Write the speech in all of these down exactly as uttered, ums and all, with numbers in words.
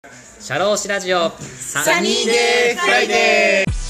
シャローシラジオサニーデーフライデー。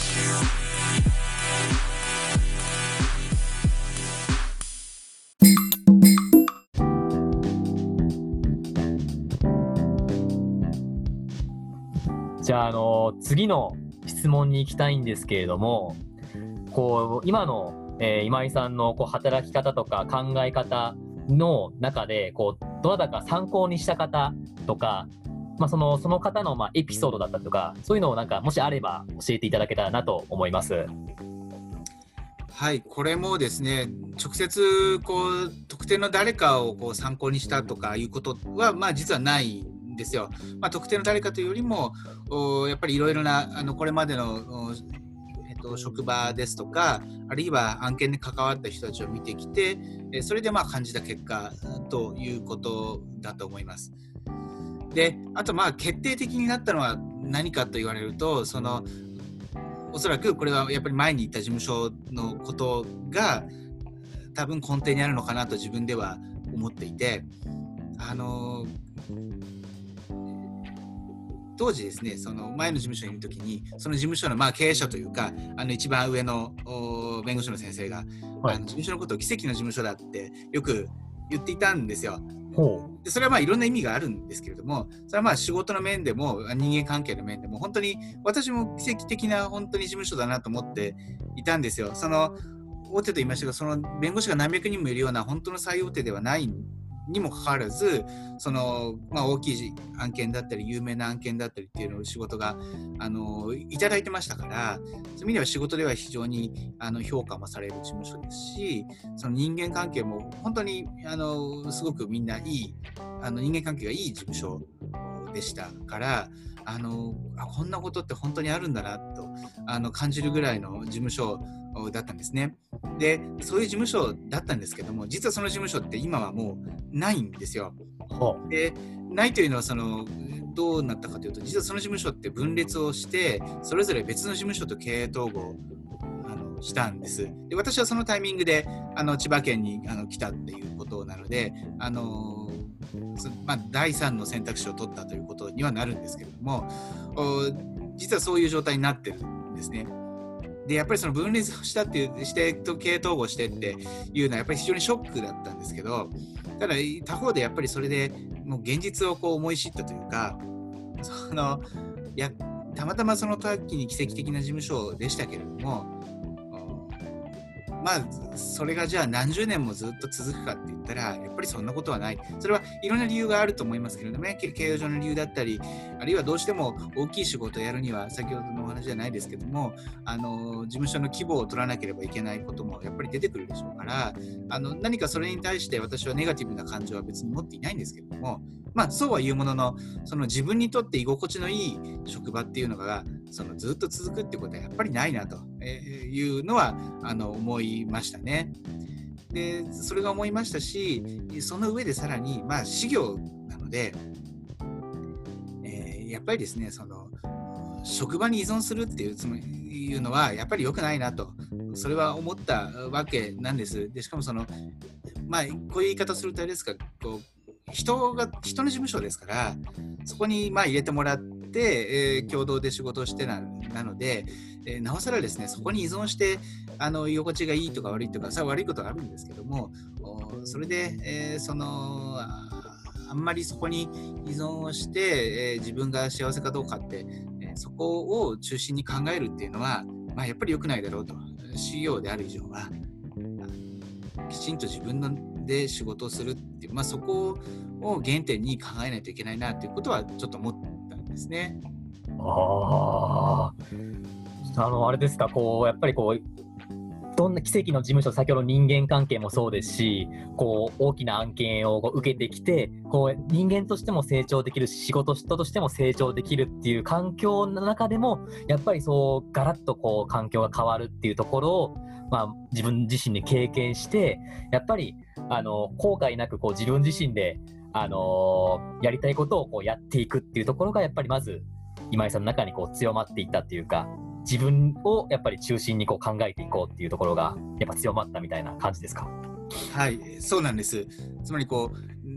じゃあ、あの次の質問に行きたいんですけれども、こう今の、えー今井さんのこう働き方とか考え方の中で、こうどなたか参考にした方とか、まあ、そのその方のまあエピソードだったりとか、そういうのをなんかもしあれば教えていただけたらなと思います。 はい、これもですね、直接こう特定の誰かをこう参考にしたとかいうことは、まあ、実はないんですよ。まあ、特定の誰かというよりも、おやっぱりいろいろなあのこれまでの、おえっと、職場ですとか、あるいは案件に関わった人たちを見てきて、えそれでまあ感じた結果ということだと思います。で、あとまあ決定的になったのは何かと言われると、そのおそらくこれはやっぱり前に言った事務所のことが多分根底にあるのかなと自分では思っていて、あの当時ですね、その前の事務所にいるときに、その事務所のまあ経営者というか、あの一番上の弁護士の先生が、はい、あの事務所のことを奇跡の事務所だってよく言っていたんですよ。 ほう。 でそれはまあいろんな意味があるんですけれども、それはまあ仕事の面でも人間関係の面でも本当に私も奇跡的な本当に事務所だなと思っていたんですよ。その大手と言いましたが、その弁護士が何百人もいるような本当の最大手ではないにもかかわらず、その、まあ、大きい案件だったり有名な案件だったりっていうのを仕事があのいただいてましたから、そういう意味では仕事では非常にあの評価もされる事務所ですし、その人間関係も本当にあのすごくみんないいあの人間関係がいい事務所でしたから、あのあこんなことって本当にあるんだなとあの感じるぐらいの事務所だったんですね。でそういう事務所だったんですけども、実はその事務所って今はもうないんですよ。でないというのはそのどうなったかというと、実はその事務所って分裂をしてそれぞれ別の事務所と経営統合あのしたんです。で私はそのタイミングであの千葉県にあの来たっていうことなので、あのまあ、だいさんの選択肢を取ったということにはなるんですけれども、実はそういう状態になってるんですね。でやっぱりその分裂したっていうしてと経営統合してっていうのはやっぱり非常にショックだったんですけど、ただ他方でやっぱりそれでもう現実をこう思い知ったというか、そのやたまたまその時に奇跡的な事務所でしたけれども、まあそれがじゃあ何十年もずっと続くかって言ったらやっぱりそんなことはない。それはいろんな理由があると思いますけれどもね、経営上の理由だったり、あるいはどうしても大きい仕事をやるには先ほどのお話じゃないですけども、あの事務所の規模を取らなければいけないこともやっぱり出てくるでしょうから、あの何かそれに対して私はネガティブな感情は別に持っていないんですけれども、まあそうは言うものの、その自分にとって居心地のいい職場っていうのがそのずっと続くってことはやっぱりないなというのはあの思いましたね。でそれが思いましたし、その上でさらにまあ事業なので、えー、やっぱりですね、その職場に依存するっていうつもりいうのはやっぱり良くないなと、それは思ったわけなんです。でしかもそのまあこういう言い方するとあれですか、こう人が人の事務所ですから、そこにまあ入れてもらって、えー、共同で仕事をしてな、なので、えー、なおさらですね、そこに依存してあの居心地がいいとか悪いとかさ悪いことがあるんですけども、それで、えー、その あ, あんまりそこに依存をして、えー、自分が幸せかどうかって、えー、そこを中心に考えるっていうのは、まあ、やっぱり良くないだろうと。シーイーオー である以上はきちんと自分ので仕事をするっていう、まあ、そこを原点に考えないといけないなということはちょっと思ったんですね。 ああのあれですか、こうやっぱりこうどんな奇跡の事務所、先ほど人間関係もそうですし、こう大きな案件を受けてきて、こう人間としても成長できるし、仕事人としても成長できるっていう環境の中でも、やっぱりそうガラッとこう環境が変わるっていうところを、まあ、自分自身で経験して、やっぱりあの後悔なくこう自分自身で、あのー、やりたいことをこうやっていくっていうところがやっぱりまず今井さんの中にこう強まっていったっていうか、自分をやっぱり中心にこう考えていこうっていうところがやっぱ強まったみたいな感じですか？ はい、そうなんです。つまりこう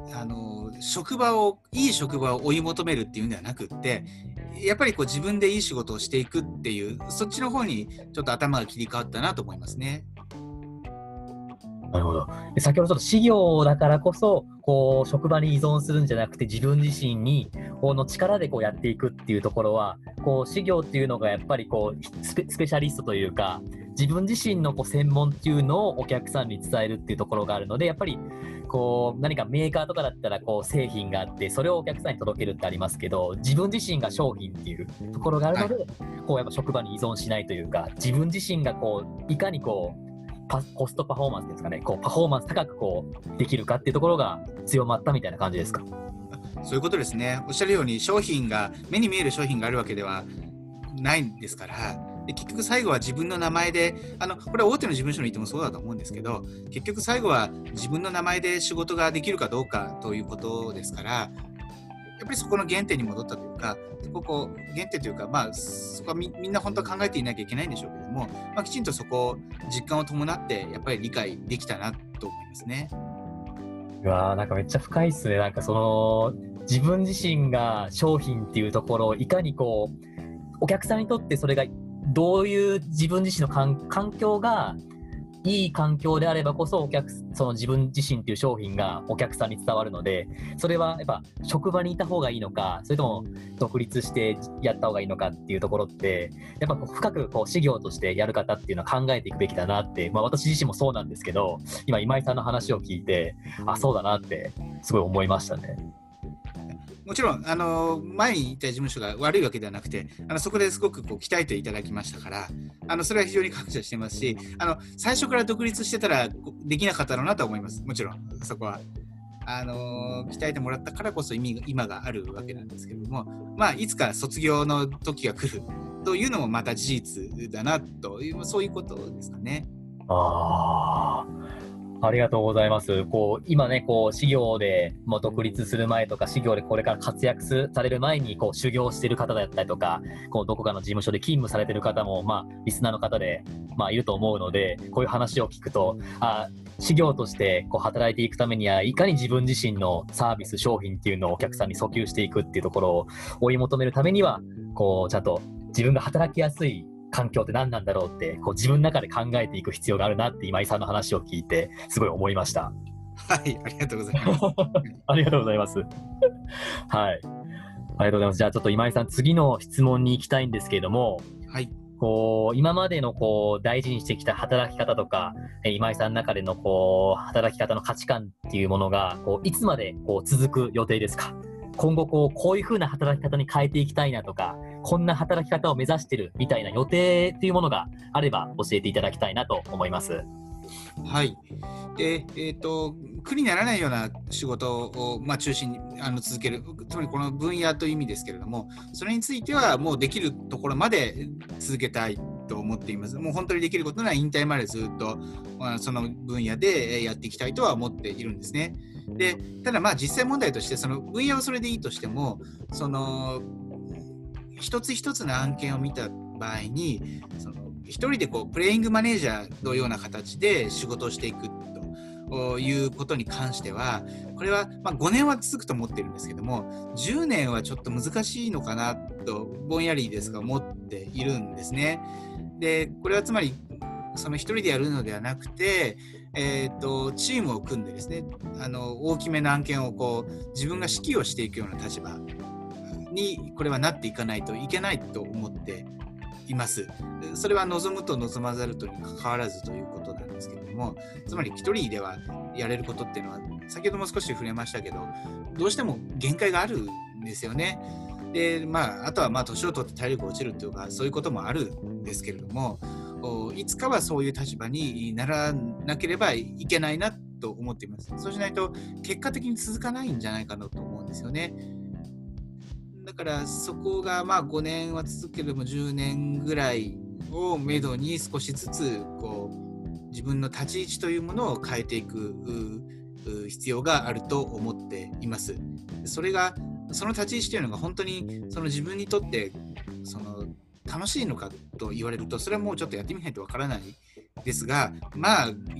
あの職場をいい職場を追い求めるっていうんではなくって、やっぱりこう自分でいい仕事をしていくっていう、そっちの方にちょっと頭が切り替わったなと思いますね。 なるほど。で先ほどちょっと事業だからこそ、こう職場に依存するんじゃなくて、自分自身にこの力でこうやっていくっていうところは、こう事業っていうのがやっぱりこうスペ、スペシャリストというか、自分自身のこう専門っていうのをお客さんに伝えるっていうところがあるので、やっぱりこう何かメーカーとかだったらこう製品があって、それをお客さんに届けるってありますけど、自分自身が商品っていうところがあるので、はい、こうやっぱ職場に依存しないというか、自分自身がこういかにこうパコストパフォーマンスですかね、こうパフォーマンス高くこうできるかっていうところが強まったみたいな感じですか？ そういうことですね。おっしゃるように、商品が目に見える商品があるわけではないんですから、で結局最後は自分の名前で、あのこれは大手の事務所にいてもそうだと思うんですけど、結局最後は自分の名前で仕事ができるかどうかということですから、やっぱりそこの原点に戻ったというか、ここ原点というか、まあ、そこは み, みんな本当は考えていなきゃいけないんでしょうけども、まあ、きちんとそこを実感を伴ってやっぱり理解できたなと思いますね。 うわー、なんかめっちゃ深いっすね。なんかその自分自身が商品っていうところをいかにこうお客さんにとってそれがどういう自分自身の環環境がいい環境であればこそ、お客その自分自身っていう商品がお客さんに伝わるので、それはやっぱ職場にいた方がいいのか、それとも独立してやった方がいいのかっていうところって、やっぱこう深くこう事業としてやる方っていうのは考えていくべきだなって、まあ、私自身もそうなんですけど、今今井さんの話を聞いて、あ、そうだなってすごい思いましたね。 もちろん、あの前にいた事務所が悪いわけではなくて、あのそこですごくこう鍛えていただきましたから、あのそれは非常に感謝してますし、あの最初から独立してたらできなかったろうなと思います。もちろんそこはあの鍛えてもらったからこそ意味今があるわけなんですけれども、まあ、いつか卒業の時が来るというのもまた事実だなという、そういうことですかね。 あーありがとうございます。こう今ね、こう事業でもう独立する前とか、事業でこれから活躍される前にこう修行している方だったりとか、こうどこかの事務所で勤務されている方も、まあ、リスナーの方で、まあ、いると思うので、こういう話を聞くと、あ、事業としてこう働いていくためにはいかに自分自身のサービス、商品っていうのをお客さんに訴求していくっていうところを追い求めるためには、こうちゃんと自分が働きやすい環境って何なんだろうって、こう自分の中で考えていく必要があるなって今井さんの話を聞いてすごい思いました。 はい、ありがとうございます。 ありがとうございます。はい、ありがとうございます。じゃあちょっと今井さん、次の質問に行きたいんですけれども、 はい、 こう今までのこう大事にしてきた働き方とか、今井さんの中でのこう働き方の価値観っていうものがこういつまでこう続く予定ですか？今後こうこういう風な働き方に変えていきたいなとか、こんな働き方を目指してるみたいな予定っていうものがあれば教えていただきたいなと思います。 はい。で、えっと、苦にならないような仕事を、まあ、中心にあの続ける、つまりこの分野という意味ですけれども、それについてはもうできるところまで続けたいと思っています。もう本当にできることなら引退までずっと、まあ、その分野でやっていきたいとは思っているんですね。で、ただまあ実際問題として、その分野はそれでいいとしても、その一つ一つの案件を見た場合に、その一人でこうプレイングマネージャーのような形で仕事をしていくということに関しては、これはまあごねんは続くと思っているんですけども、じゅうねんはちょっと難しいのかなとぼんやりですが思っているんですね。で、これはつまりその一人でやるのではなくて、えーと、チームを組んでですね、あの大きめの案件をこう自分が指揮をしていくような立場にこれはなっていかないといけないと思っています。それは望むと望まざるとに関わらずということなんですけれども、つまり一人ではやれることっていうのは先ほども少し触れましたけど、どうしても限界があるんですよね。で、まあ、あとはまあ年を取って体力が落ちるというか、そういうこともあるんですけれども、いつかはそういう立場にならなければいけないなと思っています。そうしないと結果的に続かないんじゃないかなと思うんですよね。だからそこがまあごねんは続ければじゅうねんぐらいをめどに少しずつこう自分の立ち位置というものを変えていく必要があると思っています。それがその立ち位置というのが本当にその自分にとってその楽しいのかと言われると、それはもうちょっとやってみないとわからないですが、まあ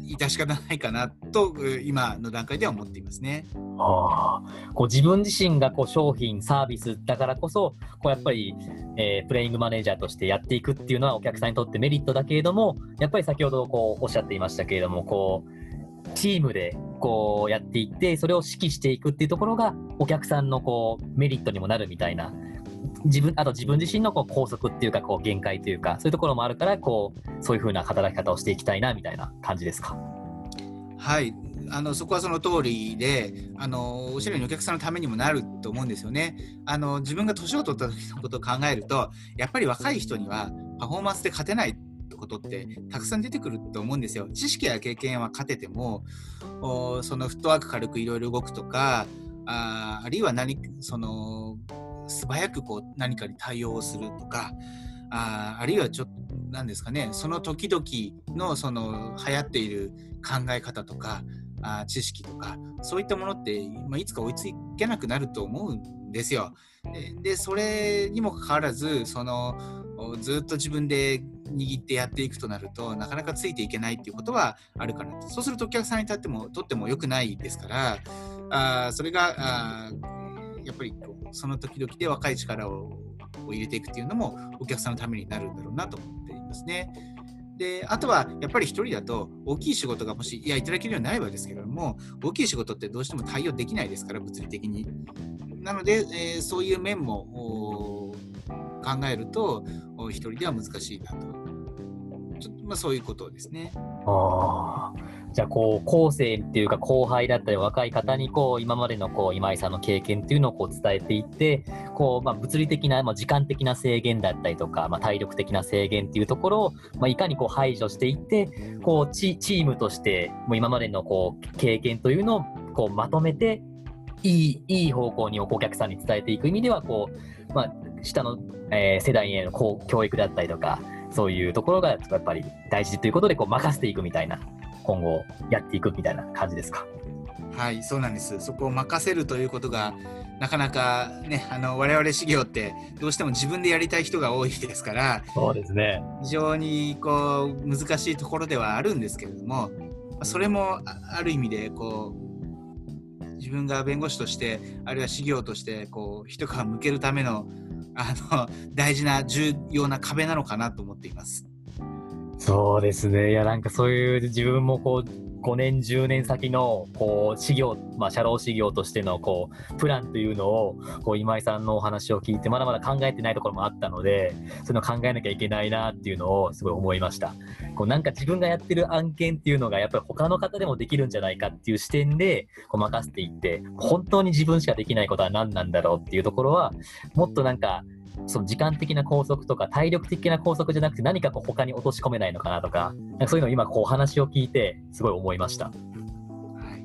致し方ないかなと今の段階では思っていますね。 あこう自分自身がこう商品サービスだからこそこうやっぱり、えー、プレイングマネージャーとしてやっていくっていうのはお客さんにとってメリットだけれども、やっぱり先ほどこうおっしゃっていましたけれども、こうチームでこうやっていってそれを指揮していくっていうところがお客さんのこうメリットにもなるみたいな、自分あと自分自身のこう拘束っていうかこう限界というかそういうところもあるから、こうそういう風な働き方をしていきたいなみたいな感じですか？ はい、あのそこはその通りで、あのおっしゃるようにお客さんのためにもなると思うんですよね。あの自分が年を取った時のことを考えると、やっぱり若い人にはパフォーマンスで勝てないことってたくさん出てくると思うんですよ。知識や経験は勝てても、おそのフットワーク軽くいろいろ動くとか、あ, あるいは何その素早くこう何かに対応するとか、あ, あるいはちょっと何ですかね、その時々のその流行っている考え方とかあ知識とかそういったものって、まあ、いつか追いつけなくなると思うんですよ。で, でそれにもかかわらずそのずっと自分で握ってやっていくとなるとなかなかついていけないっていうことはあるかなと。そうするとお客さんにとってもとっても良くないですから、あそれがあやっぱりこうその時々で若い力を入れていくっていうのもお客さんのためになるんだろうなと思っていますね。であとはやっぱり一人だと大きい仕事がもしいやいただけるようになればですけれども、大きい仕事ってどうしても対応できないですから物理的に。なので、えー、そういう面も考えると一人では難しいなと、ちょっと、まあ、そういうことですね。 あじゃあこう後世っていうか後輩だったり若い方にこう今までのこう今井さんの経験っていうのをこう伝えていってこう、まあ、物理的な、まあ、時間的な制限だったりとか、まあ、体力的な制限っていうところを、まあ、いかにこう排除していってこう チ, チームとしてもう今までのこう経験というのをこうまとめていい、いい方向にお客さんに伝えていく意味ではこう、まあ、下の、えー、世代へのこう教育だったりとかそういうところがやっぱり大事ということでこう任せていくみたいな、今後やっていくみたいな感じですか？ はい、そうなんです。そこを任せるということがなかなかね、あの我々事業ってどうしても自分でやりたい人が多いですから、 そうですね。 非常にこう難しいところではあるんですけれども、それもある意味でこう自分が弁護士としてあるいは事業としてこう一皮向けるためのあの大事な重要な壁なのかなと思っています。 そうですね。いやなんかそういう自分もこうごねんじゅうねん先のこう事業、まあ、社労士業としてのこうプランというのをこう今井さんのお話を聞いてまだまだ考えてないところもあったので、それを考えなきゃいけないなっていうのをすごい思いました。こうなんか自分がやってる案件っていうのがやっぱり他の方でもできるんじゃないかっていう視点でこう任せていって、本当に自分しかできないことは何なんだろうっていうところはもっとなんかその時間的な拘束とか体力的な拘束じゃなくて何かこう他に落とし込めないのかなとか、なんかそういうのを今こうお話を聞いてすごい思いました。 はい、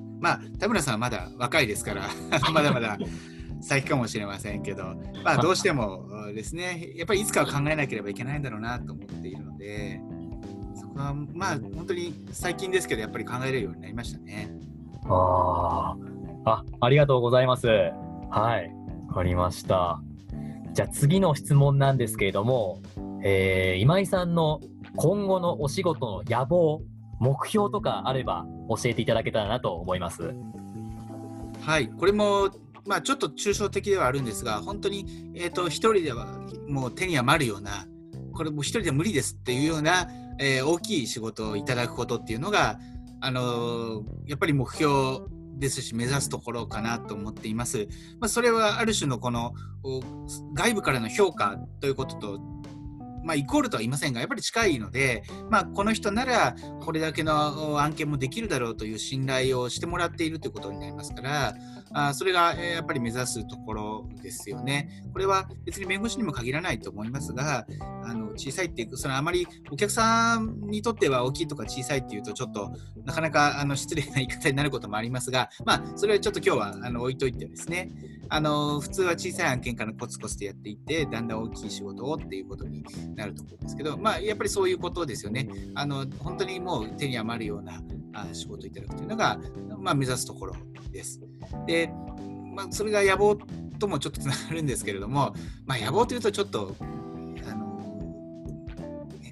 まあ田村さんはまだ若いですからまだまだ先かもしれませんけど、まあどうしてもですね、やっぱりいつかは考えなければいけないんだろうなと思っているので、そこはまあ本当に最近ですけどやっぱり考えれるようになりましたね。 ああ、ありがとうございます。はい、わかりました。じゃあ次の質問なんですけれども、えー、今井さんの今後のお仕事の野望、目標とかあれば教えていただけたらなと思います。 はい、これも、まあ、ちょっと抽象的ではあるんですが、本当に、えーと、一人ではもう手に余るような、これもう一人では無理ですっていうような、えー、大きい仕事をいただくことっていうのが、あのー、やっぱり目標ですし目指すところかなと思っています。まあ、それはある種のこの外部からの評価ということと、まあ、イコールとは言いませんがやっぱり近いので、まあ、この人ならこれだけの案件もできるだろうという信頼をしてもらっているということになりますから、あそれがやっぱり目指すところですよね。これは別に弁護士にも限らないと思いますが、あの小さいっていうそのあまりお客さんにとっては大きいとか小さいっていうとちょっとなかなかあの失礼な言い方になることもありますが、まあ、それはちょっと今日はあの置いといてですね、あの普通は小さい案件からコツコツとやっていってだんだん大きい仕事をっていうことになると思うんですけど、まあ、やっぱりそういうことですよね。あの本当にもう手に余るようなあ仕事をいただくというのが、まあ、目指すところです。で、まあ、それが野望ともちょっとつながるんですけれども、まあ、野望というとちょっとあの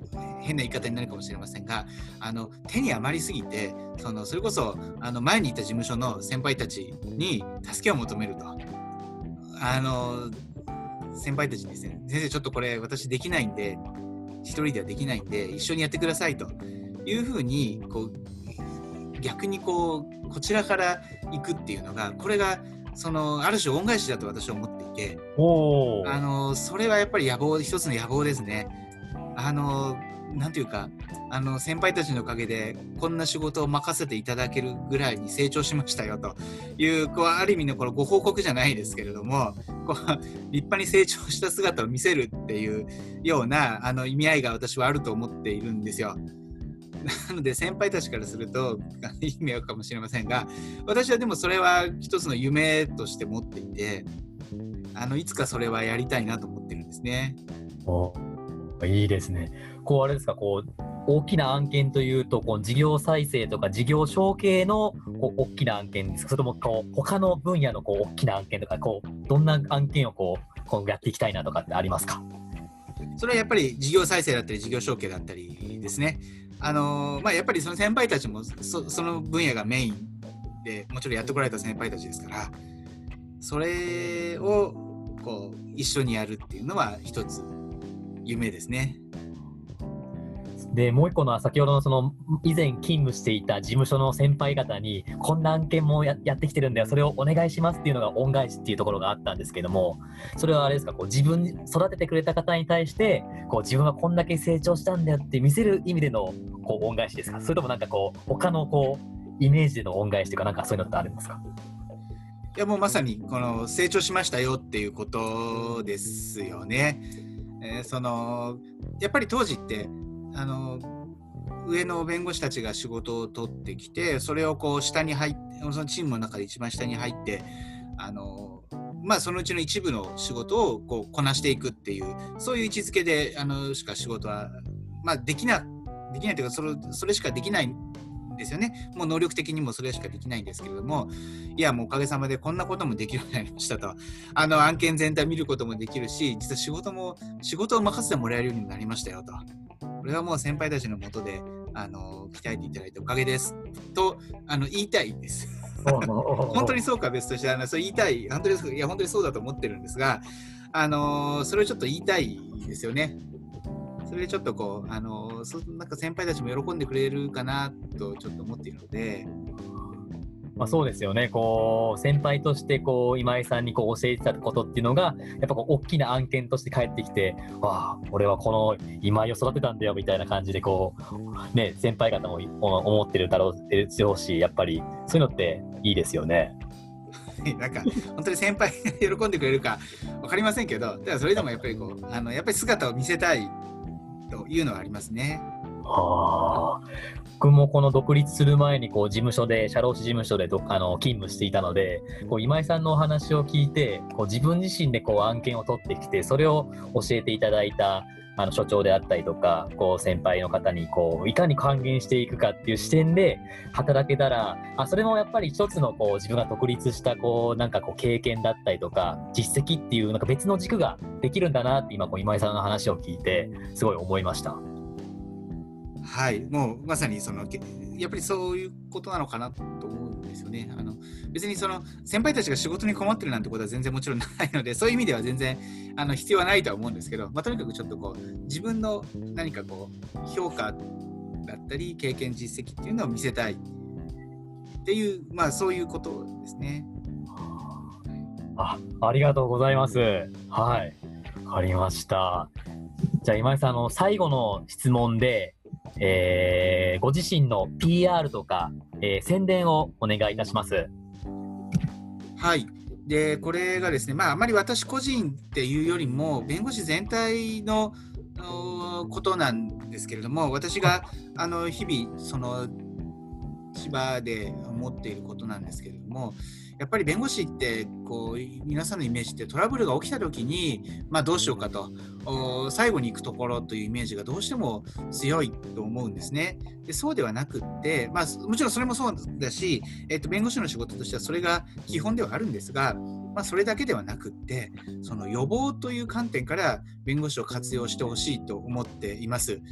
変な言い方になるかもしれませんが、あの手に余りすぎて、そのそれこそあの前にいた事務所の先輩たちに助けを求めると、あの先輩たちにですね、先生ちょっとこれ私できないんで、一人ではできないんで一緒にやってくださいというふうにこう逆にこうこちらから行くっていうのが、これがそのある種恩返しだと私は思っていて、 おー。 あのそれはやっぱり野望、一つの野望ですね。あのなんていうか、あの先輩たちのおかげでこんな仕事を任せていただけるぐらいに成長しましたよという、こうある意味のこのご報告じゃないですけれども、こう立派に成長した姿を見せるっていうようなあの意味合いが私はあると思っているんですよ。なので先輩たちからするといい迷惑かもしれませんが、私はでもそれは一つの夢として持っていて、あのいつかそれはやりたいなと思ってるんですね。 お、いいですね。こうあれですか、こう大きな案件というと、こう事業再生とか事業承継のこう大きな案件ですか、それともこう他の分野のこう大きな案件とか、こうどんな案件をこう今後やっていきたいなとかってありますか？ それはやっぱり事業再生だったり事業承継だったりですね。あのーまあ、やっぱりその先輩たちも そ, その分野がメインでもちろんやってこられた先輩たちですから、それをこう一緒にやるっていうのは一つ夢ですね。 でもう一個のは、先ほどのその以前勤務していた事務所の先輩方にこんな案件も や, やってきてるんだよ、それをお願いしますっていうのが恩返しっていうところがあったんですけども、それはあれですか、こう自分育ててくれた方に対してこう自分はこんだけ成長したんだよって見せる意味でのこう恩返しですか？それともなんかこう他のこうイメージでの恩返しというか、なんかそういうのってあるんですか？ いやもうまさにこの成長しましたよっていうことですよね。えー、そのやっぱり当時ってあの上の弁護士たちが仕事を取ってきて、それをこう下に入って、そのチームの中で一番下に入って、あの、まあ、そのうちの一部の仕事をこうこなしていくっていう、そういう位置づけであのしか仕事は、まあ、できなできないというか、それ、それしかできないんですよね。もう能力的にもそれしかできないんですけれども、いやもうおかげさまでこんなこともできるようになりましたと、あの案件全体見ることもできるし、実は仕事も仕事を任せてもらえるようにもなりましたよと。これはもう先輩たちの下であの鍛えていただいておかげですとあの言いたいです。本当にそうか別としてあのそう言いたい、本当にいや本当にそうだと思ってるんですが、あのそれをちょっと言いたいですよね。それでちょっとこうあのそなんか先輩たちも喜んでくれるかなとちょっと思っているので。 まあ、そうですよね。こう先輩としてこう今井さんにこう教えてたことっていうのが、やっぱこう大きな案件として帰ってきて、わあ俺はこの今井を育てたんだよみたいな感じでこう、ね、先輩方も思ってるだろうでしょうし、やっぱりそういうのっていいですよね。 なんか本当に先輩が喜んでくれるか分かりませんけど、だからそれでもやっぱりこうあのやっぱり姿を見せたいというのはありますね。 はあ、僕もこの独立する前にこう事務所で社労士事務所でどあの勤務していたので、こう今井さんのお話を聞いて、こう自分自身でこう案件を取ってきて、それを教えていただいたあの所長であったりとか、こう先輩の方にこういかに還元していくかっていう視点で働けたら、あそれもやっぱり一つのこう自分が独立したこうなんかこう経験だったりとか実績っていうなんか別の軸ができるんだなって今こう今井さんの話を聞いてすごい思いました。 はい、もうまさにそのやっぱりそういうことなのかなと思うんですよね。あの別にその先輩たちが仕事に困ってるなんてことは全然もちろんないので、そういう意味では全然あの必要はないとは思うんですけど、まあ、とにかくちょっとこう自分の何かこう評価だったり経験実績っていうのを見せたいっていう、まあそういうことですね。 あ、ありがとうございます。はい、わかりました。じゃあ今井さん、あの最後の質問で、えー、ご自身の ピーアール とか、えー、宣伝をお願いいたします。 はい。で、これがですね、まああまり私個人っていうよりも弁護士全体のことなんですけれども、私があの日々その千葉で思っていることなんですけれども、やっぱり弁護士ってこう皆さんのイメージってトラブルが起きた時に、まあ、どうしようかと最後に行くところというイメージがどうしても強いと思うんですね。でそうではなくって、まあ、もちろんそれもそうだし、えっと、弁護士の仕事としてはそれが基本ではあるんですが、まあ、それだけではなくってその予防という観点から弁護士を活用してほしいと思っています。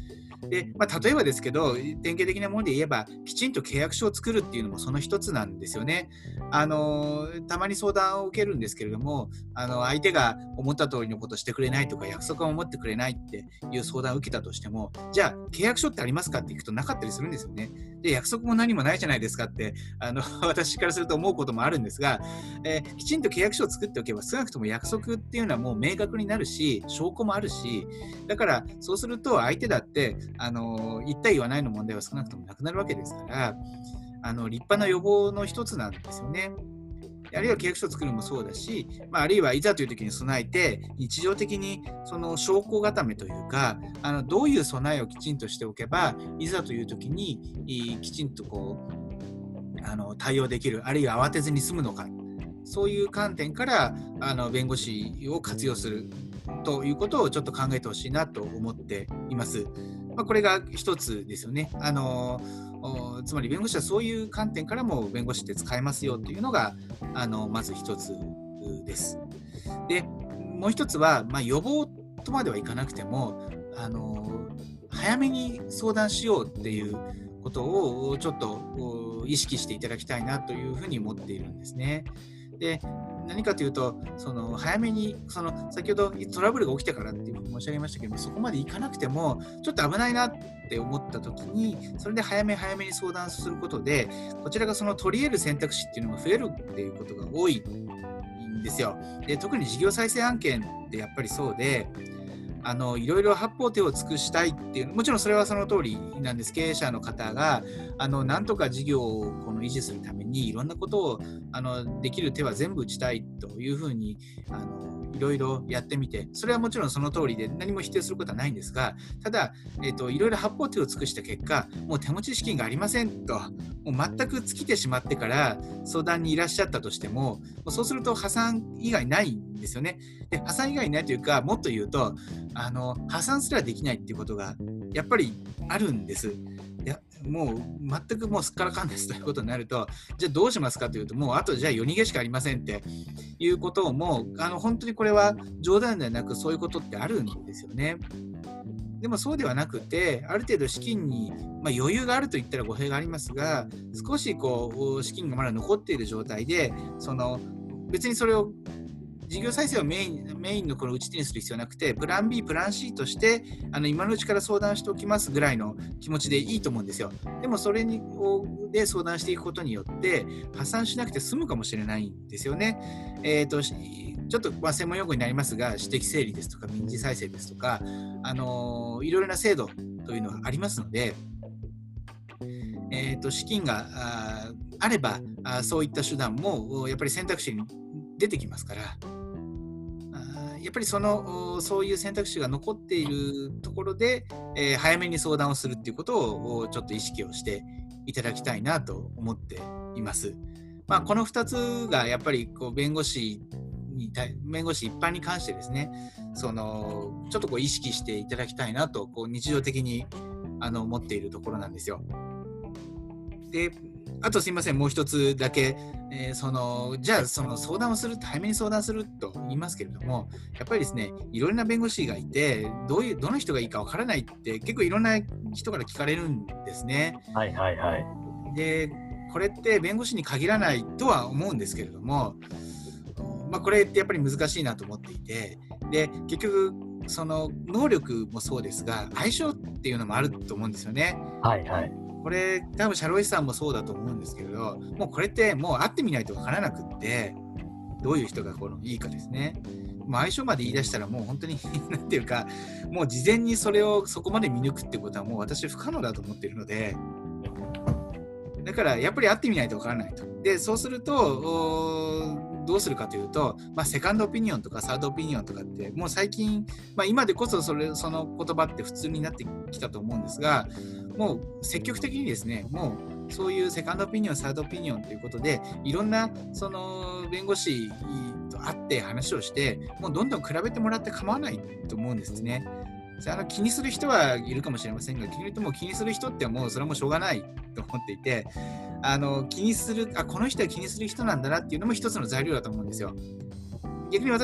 で、まあ、例えばですけど、典型的なもので言えば、きちんと契約書を作るっていうのもその一つなんですよね。あのたまに相談を受けるんですけれども、あの相手が思った通りのことをしてくれないとか、約束を守ってくれないっていう相談を受けたとしても、じゃあ契約書ってありますかって聞くとなかったりするんですよね。で、約束も何もないじゃないですかってあの私からすると思うこともあるんですが、えー、きちんと契約書を作っておけば、少なくとも約束っていうのはもう明確になるし、証拠もあるし、だからそうすると相手だってあの言った言わないの問題は少なくともなくなるわけですから、あの立派な予防の一つなんですよね。あるいは契約書を作るのもそうだし、まあ、あるいはいざという時に備えて、日常的にその証拠固めというか、あのどういう備えをきちんとしておけば、いざという時にきちんとこうあの対応できる、あるいは慌てずに済むのか、そういう観点からあの弁護士を活用するということをちょっと考えてほしいなと思っています。まあ、これが一つですよね。あのつまり弁護士はそういう観点からも弁護士って使えますよというのがあのまず一つです。で、もう一つは、まあ、予防とまではいかなくてもあの早めに相談しようっていうことをちょっと意識していただきたいなというふうに思っているんですね。で、何かというと、その早めにその先ほどトラブルが起きてからっていうふうに申し上げましたけども、そこまでいかなくてもちょっと危ないなって思った時に、それで早め早めに相談することで、こちらがその取り得る選択肢っていうのが増えるっていうことが多いんですよ。で、特に事業再生案件ってやっぱりそうで、あのいろいろ八方手を尽くしたいっていう、もちろんそれはその通りなんです。経営者の方があのなんとか事業をこの維持するためにいろんなことをあのできる手は全部打ちたいというふうにあのいろいろやってみて、それはもちろんその通りで何も否定することはないんですが、ただ、えーと、いろいろ八方手を尽くした結果、もう手持ち資金がありませんと、もう全く尽きてしまってから相談にいらっしゃったとしても、そうすると破産以外ないんですよね。で、破産以外ないというか、もっと言うとあの破産すらできないっていうことがやっぱりあるんです。いや、もう全くもうすっからかんですということになると、じゃあどうしますかというと、もうあとじゃあ夜逃げしかありませんっていうことを、もうあの本当にこれは冗談ではなくそういうことってあるんですよね。でもそうではなくて、ある程度資金に、まあ、余裕があるといったら語弊がありますが、少しこう資金がまだ残っている状態で、その別にそれを事業再生をメイン、メインのこの打ち手にする必要なくて、プラン B、プラン C としてあの今のうちから相談しておきますぐらいの気持ちでいいと思うんですよ。でもそれにで相談していくことによって破産しなくて済むかもしれないんですよね。えーと、ちょっとまあ専門用語になりますが、私的整理ですとか民事再生ですとか、あのいろいろな制度というのがありますので、えーと、資金が あ, あればあそういった手段もやっぱり選択肢に出てきますから、やっぱりそのそういう選択肢が残っているところで、えー、早めに相談をするっていうことをちょっと意識をしていただきたいなと思っています。まあ、このふたつがやっぱりこう弁護士に弁護士一般に関してですね、そのちょっとこう意識していただきたいなとこう日常的にあの思っているところなんですよ。で、あとすいません、もう一つだけ、えー、そのじゃあその相談をする早めに相談すると言いますけれども、やっぱりですね、いろんな弁護士がいて、どういうどの人がいいかわからないって結構いろんな人から聞かれるんですね。 はいはいはい。 で、これって弁護士に限らないとは思うんですけれども、まあ、これってやっぱり難しいなと思っていて、で結局その能力もそうですが、相性っていうのもあると思うんですよね。はいはい。これ多分社労士さんもそうだと思うんですけれど、もうこれってもう会ってみないとわからなくって、どういう人がこのいいかですね。もう相性まで言い出したらもう本当になんていうか、もう事前にそれをそこまで見抜くってことはもう私不可能だと思っているので、だからやっぱり会ってみないとわからないと。で、そうするとどうするかというと、まあ、セカンドオピニオンとかサードオピニオンとかってもう最近、まあ、今でこそそれその言葉って普通になってきたと思うんですが、もう積極的にですね、もうそういうセカンドオピニオン、サードオピニオンということで、いろんなその弁護士と会って話をして、もうどんどん比べてもらって構わないと思うんですね。あの気にする人はいるかもしれませんが、気にも気にする人ってもうそれはもうしょうがないと思っていて、あの気にするあこの人は気にする人なんだなっていうのも一つの材料だと思うんですよ。逆に私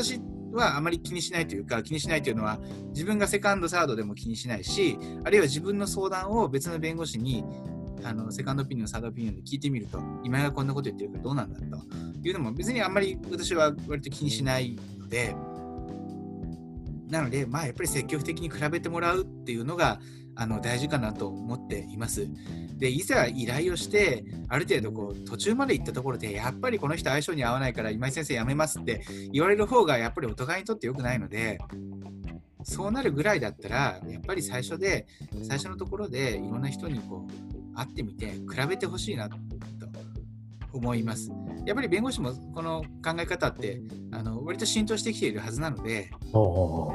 はあまり気にしないというか、気にしないというのは自分がセカンドサードでも気にしないし、あるいは自分の相談を別の弁護士にあのセカンドオピニオン、サードオピニオンで聞いてみると、今井がこんなこと言ってるからどうなんだというのも別にあんまり私は割と気にしないので、なので、まあ、やっぱり積極的に比べてもらうっていうのがあの大事かなと思っています。で、いざ依頼をしてある程度こう途中まで行ったところでやっぱりこの人相性に合わないから今井先生辞めますって言われる方がやっぱりお互いにとって良くないので、そうなるぐらいだったらやっぱり最初で最初のところでいろんな人にこう会ってみて比べてほしいなと思います。やっぱり弁護士もこの考え方ってあの割と浸透してきているはずなので、も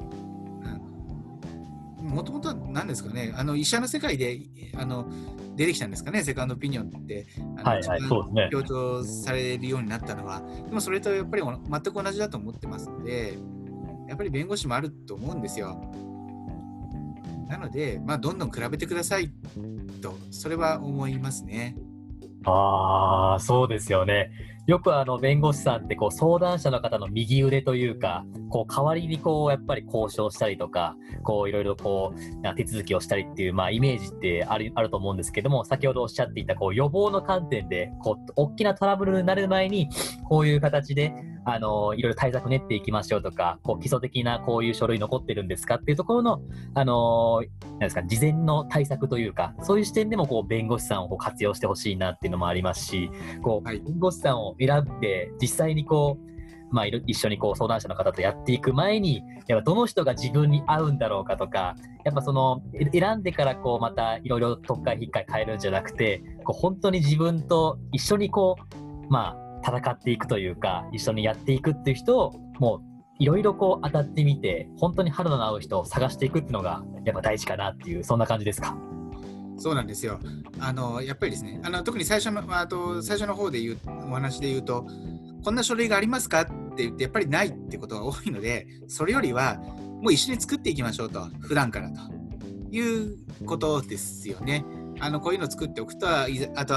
ともと何ですかね、あの医者の世界であの出てきたんですかね、セカンドオピニオンってあの、はいはい、一番強調されるようになったのは、でもそれとやっぱり全く同じだと思ってますので、やっぱり弁護士もあると思うんですよ。なので、まあ、どんどん比べてくださいと、それは思いますね。 ああ、そうですよね。よくあの弁護士さんってこう相談者の方の右腕というか、こう代わりにこうやっぱり交渉したりとか、こういろいろこう手続きをしたりっていう、まあ、イメージってある、あると思うんですけども、先ほどおっしゃっていたこう予防の観点でこう大きなトラブルになる前にこういう形であのいろいろ対策練っていきましょうとか、こう基礎的なこういう書類残ってるんですかっていうところの、あのなんですか、事前の対策というか、そういう視点でもこう弁護士さんをこう活用してほしいなっていうのもありますし、こう、はい、弁護士さんを選んで実際にこうまあ、一緒にこう相談者の方とやっていく前に、やっぱどの人が自分に合うんだろうかとか、やっぱその選んでからこうまたいろいろ特会引っかい変えるんじゃなくて、こう本当に自分と一緒にこう、まあ、戦っていくというか、一緒にやっていくっていう人をもういろいろこう当たってみて、本当に肌の合う人を探していくっていうのがやっぱ大事かなっていう、そんな感じですか。 そうなんですよ。あのやっぱりですね、あの特に最初のあと最初の方で言うお話で言うと、こんな書類がありますかって言ってやっぱりないってことが多いので、それよりはもう一緒に作っていきましょうと、普段からということですよね。あのこういうのを作っておくと後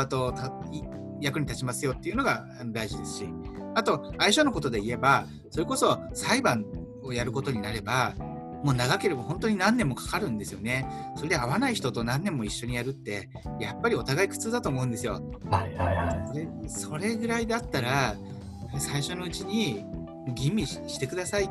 々役に立ちますよっていうのが大事ですし、あと相性のことで言えば、それこそ裁判をやることになればもう長ければ本当に何年もかかるんですよね。それで合わない人と何年も一緒にやるってやっぱりお互い苦痛だと思うんですよ。 はいはいはい。 それ、それぐらいだったら最初のうちに吟味してくださいって、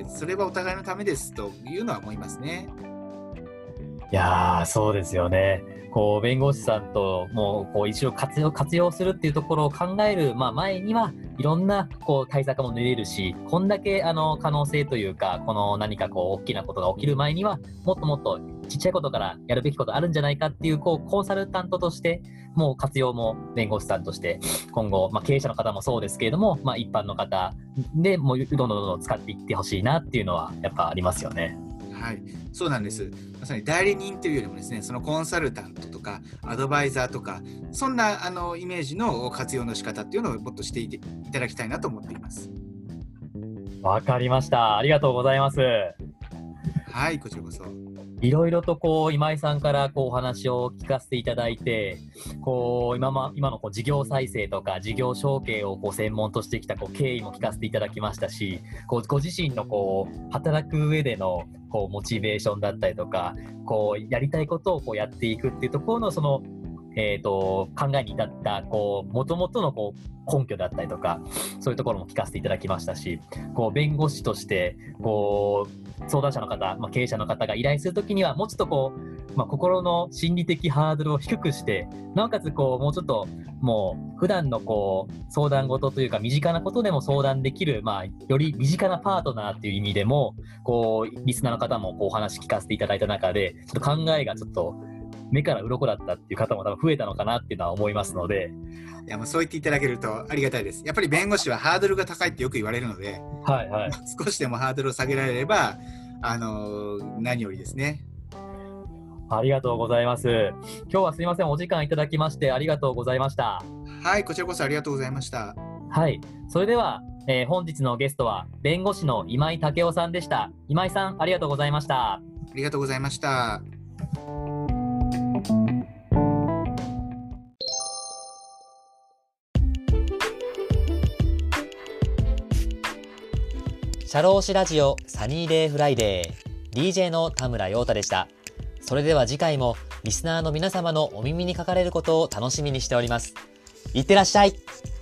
それはお互いのためですというのは思いますね。 いやー、そうですよね。こう弁護士さんともうこう一応活用活用するっていうところを考える、まあ、前にはいろんなこう対策も練れるし、こんだけあの可能性というか、この何かこう大きなことが起きる前にはもっともっとちっちゃいことからやるべきことあるんじゃないかっていう、こうコンサルタントとしてもう活用も弁護士さんとして今後、まあ、経営者の方もそうですけれども、まあ、一般の方でもうどんどんどんどん使っていってほしいなっていうのはやっぱありますよね。 はい、そうなんです。まさに代理人というよりもですね、そのコンサルタントとかアドバイザーとか、そんなあのイメージの活用の仕方っていうのをもっとしていただきたいなと思っています。 わかりました。ありがとうございます。 はい、こちらこそ。 いろいろとこう今井さんからこうお話を聞かせていただいて、こう 今, ま今のこう事業再生とか事業承継をこう専門としてきたこう経緯も聞かせていただきましたし、こうご自身のこう働く上でのこうモチベーションだったりとか、こうやりたいことをこうやっていくっていうところのそのえー、と考えに至ったこう元々のこう根拠だったりとか、そういうところも聞かせていただきましたし、こう弁護士としてこう相談者の方、まあ、経営者の方が依頼するときにはもうちょっとこう、まあ、心の心理的ハードルを低くして、なおかつこうもうちょっともう普段のこう相談事というか身近なことでも相談できる、まあ、より身近なパートナーっていう意味でもこうリスナーの方もこうお話聞かせていただいた中で、ちょっと考えがちょっと目から鱗だったっていう方も多分増えたのかなっていうのは思いますので、 いやもうそう言っていただけるとありがたいです。やっぱり弁護士はハードルが高いってよく言われるので、 はいはい、 少しでもハードルを下げられればあの何よりですね。 ありがとうございます。今日はすいません、お時間いただきましてありがとうございました。 はい、こちらこそありがとうございました。 はい、それでは、えー、本日のゲストは弁護士の今井武夫さんでした。今井さん、ありがとうございました。 ありがとうございました。 社社労士ラジオサニーデイフライデー ディージェー の田村陽太でした。それでは次回もリスナーの皆様のお耳にかかれることを楽しみにしております。いってらっしゃい。